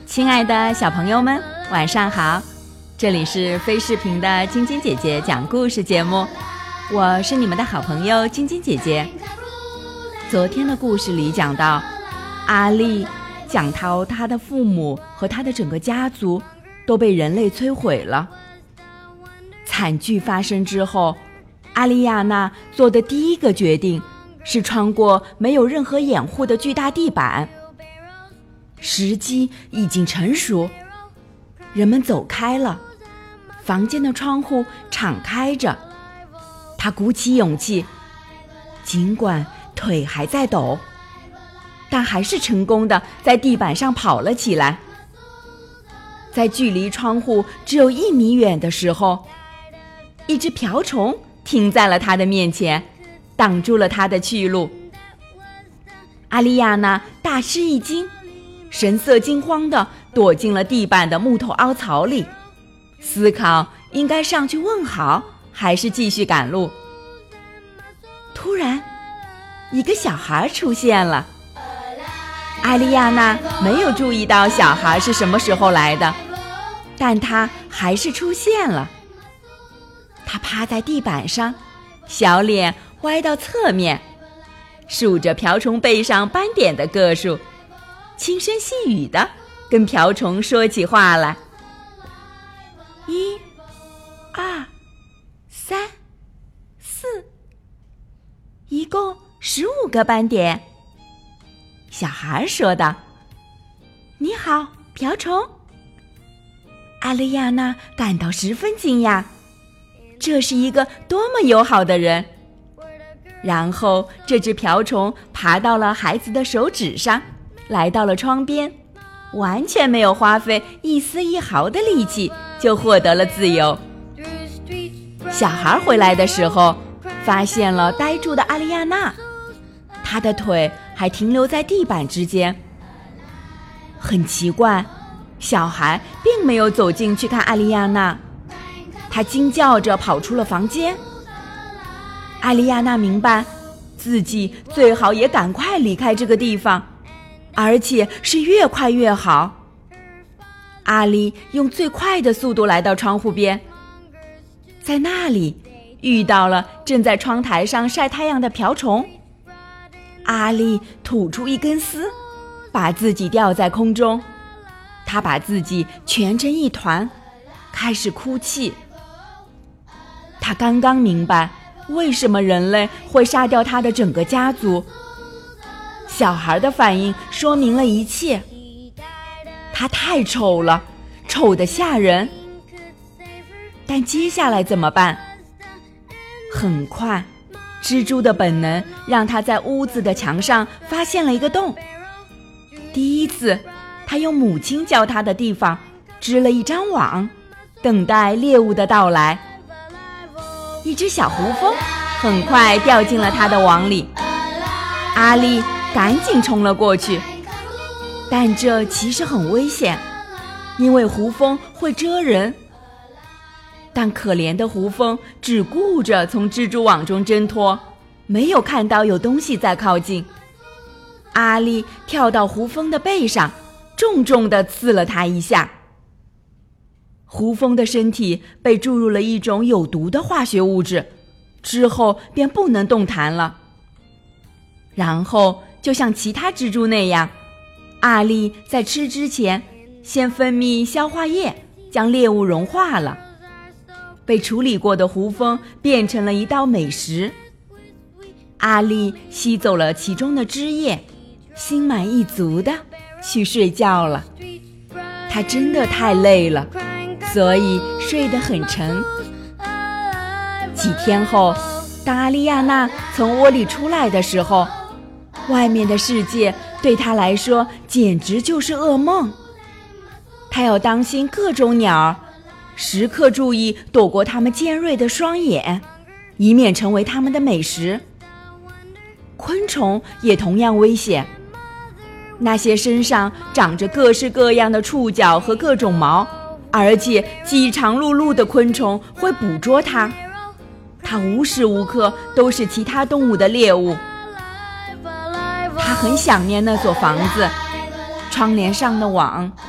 亲爱的小朋友们，晚上好！这里是飞视频的晶晶姐姐讲故事节目，我是你们的好朋友晶晶姐姐。昨天的故事里讲到，阿丽讲到她的父母和她的整个家族都被人类摧毁了。惨剧发生之后，阿丽亚娜做的第一个决定是穿过没有任何掩护的巨大地板。时机已经成熟，人们走开了，房间的窗户敞开着，她鼓起勇气，尽管腿还在抖，但还是成功的在地板上跑了起来。在距离窗户只有1米远的时候，一只瓢虫停在了她的面前，挡住了她的去路。阿丽亚娜大吃一惊，神色惊慌地躲进了地板的木头凹槽里，思考应该上去问好还是继续赶路。突然，一个小孩出现了。阿丽亚娜没有注意到小孩是什么时候来的，但他还是出现了。他趴在地板上，小脸歪到侧面，数着瓢虫背上斑点的个数，轻声细语地跟瓢虫说起话来。1、2、3、4，一共15个斑点。小孩说道：“你好，瓢虫。”阿丽亚娜感到十分惊讶，这是一个多么友好的人。然后这只瓢虫爬到了孩子的手指上，来到了窗边，完全没有花费一丝一毫的力气就获得了自由。小孩回来的时候，发现了呆住的阿丽亚娜，她的腿还停留在地板之间。很奇怪，小孩并没有走进去看阿丽亚娜，他惊叫着跑出了房间。阿丽亚娜明白，自己最好也赶快离开这个地方，而且是越快越好。阿丽用最快的速度来到窗户边，在那里遇到了正在窗台上晒太阳的瓢虫。阿丽吐出一根丝，把自己吊在空中，她把自己蜷成一团，开始哭泣。她刚刚明白为什么人类会杀掉她的整个家族。小孩的反应说明了一切，他太丑了，丑得吓人。但接下来怎么办？很快，蜘蛛的本能让他在屋子的墙上发现了一个洞。第一次，他用母亲教他的地方织了一张网，等待猎物的到来。一只小胡蜂很快掉进了他的网里，阿丽赶紧冲了过去，但这其实很危险，因为胡蜂会蛰人。但可怜的胡蜂只顾着从蜘蛛网中挣脱，没有看到有东西在靠近。阿丽跳到胡蜂的背上，重重地刺了它一下。胡蜂的身体被注入了一种有毒的化学物质，之后便不能动弹了。然后就像其他蜘蛛那样，阿丽在吃之前先分泌消化液，将猎物融化了。被处理过的胡蜂变成了一道美食。阿丽吸走了其中的汁液，心满意足地去睡觉了。她真的太累了，所以睡得很沉。几天后，当阿丽亚娜从窝里出来的时候，外面的世界对她来说简直就是噩梦。她要当心各种鸟，时刻注意躲过它们尖锐的双眼，以免成为它们的美食。昆虫也同样危险，那些身上长着各式各样的触角和各种毛，而且饥肠辘辘的昆虫会捕捉它，它无时无刻都是其他动物的猎物。它很想念那所房子，窗帘上的网，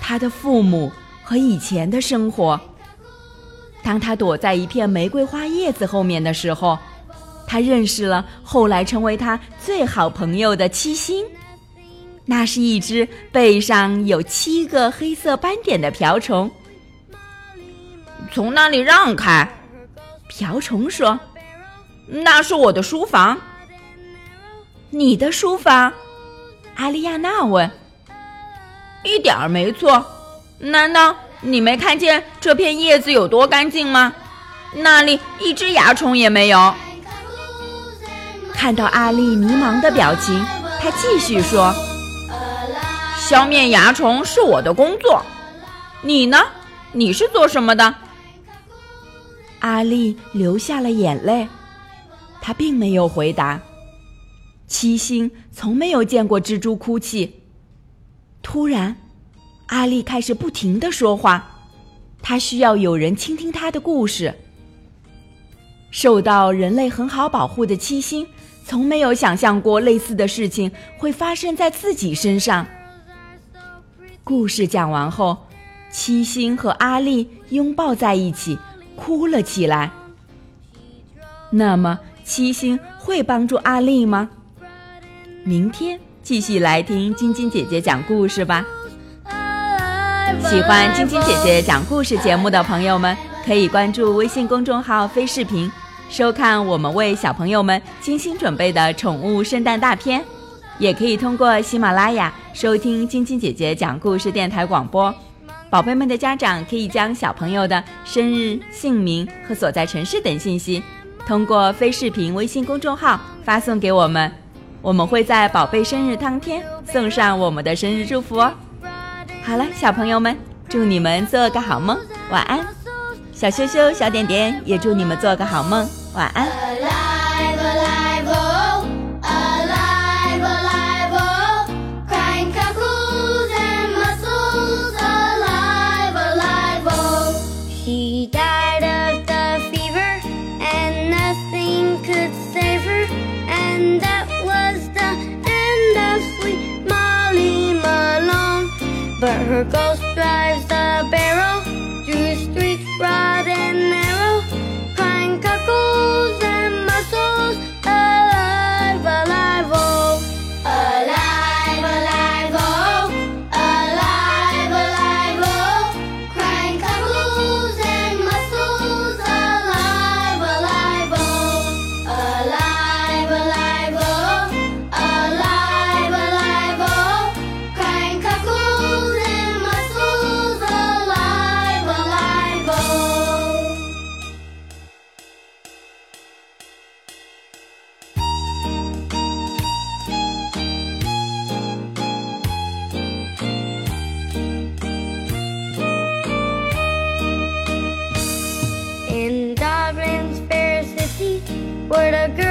他的父母和以前的生活。当他躲在一片玫瑰花叶子后面的时候，他认识了后来成为他最好朋友的七星。那是一只背上有7个黑色斑点的瓢虫。 从那里让开， 瓢虫说， 那是我的书房。 你的书房？阿丽亚娜问。 一点儿没错，难道你没看见这片叶子有多干净吗？那里一只蚜虫也没有。 看到阿丽迷茫的表情，他继续说， 消灭蚜虫是我的工作。你呢？你是做什么的？ 阿丽流下了眼泪，她并没有回答。七星从没有见过蜘蛛哭泣。突然，阿丽开始不停地说话，她需要有人倾听她的故事。受到人类很好保护的七星，从没有想象过类似的事情会发生在自己身上。故事讲完后，七星和阿丽拥抱在一起，哭了起来。那么，七星会帮助阿丽吗？明天继续来听晶晶姐姐讲故事吧。喜欢晶晶姐姐讲故事节目的朋友们，可以关注微信公众号飞视频，收看我们为小朋友们精心准备的宠物圣诞大片，也可以通过喜马拉雅收听晶晶姐姐讲故事电台广播。宝贝们的家长可以将小朋友的生日、姓名和所在城市等信息通过飞视频微信公众号发送给我们，我们会在宝贝生日当天送上我们的生日祝福哦。好了，小朋友们，祝你们做个好梦，晚安。小羞羞、小点点也祝你们做个好梦，晚安。 But her ghost drives the barrel through streets broad and narrow, crying cockles and mussels, alive, alive, oh, alive, alive, oh, alive, alive, oh, crying cockles and mussels, alive, alive, oh, alive, alive, oh, alive, alive, oh, crying cockles. In Dublin's fair city, where the girl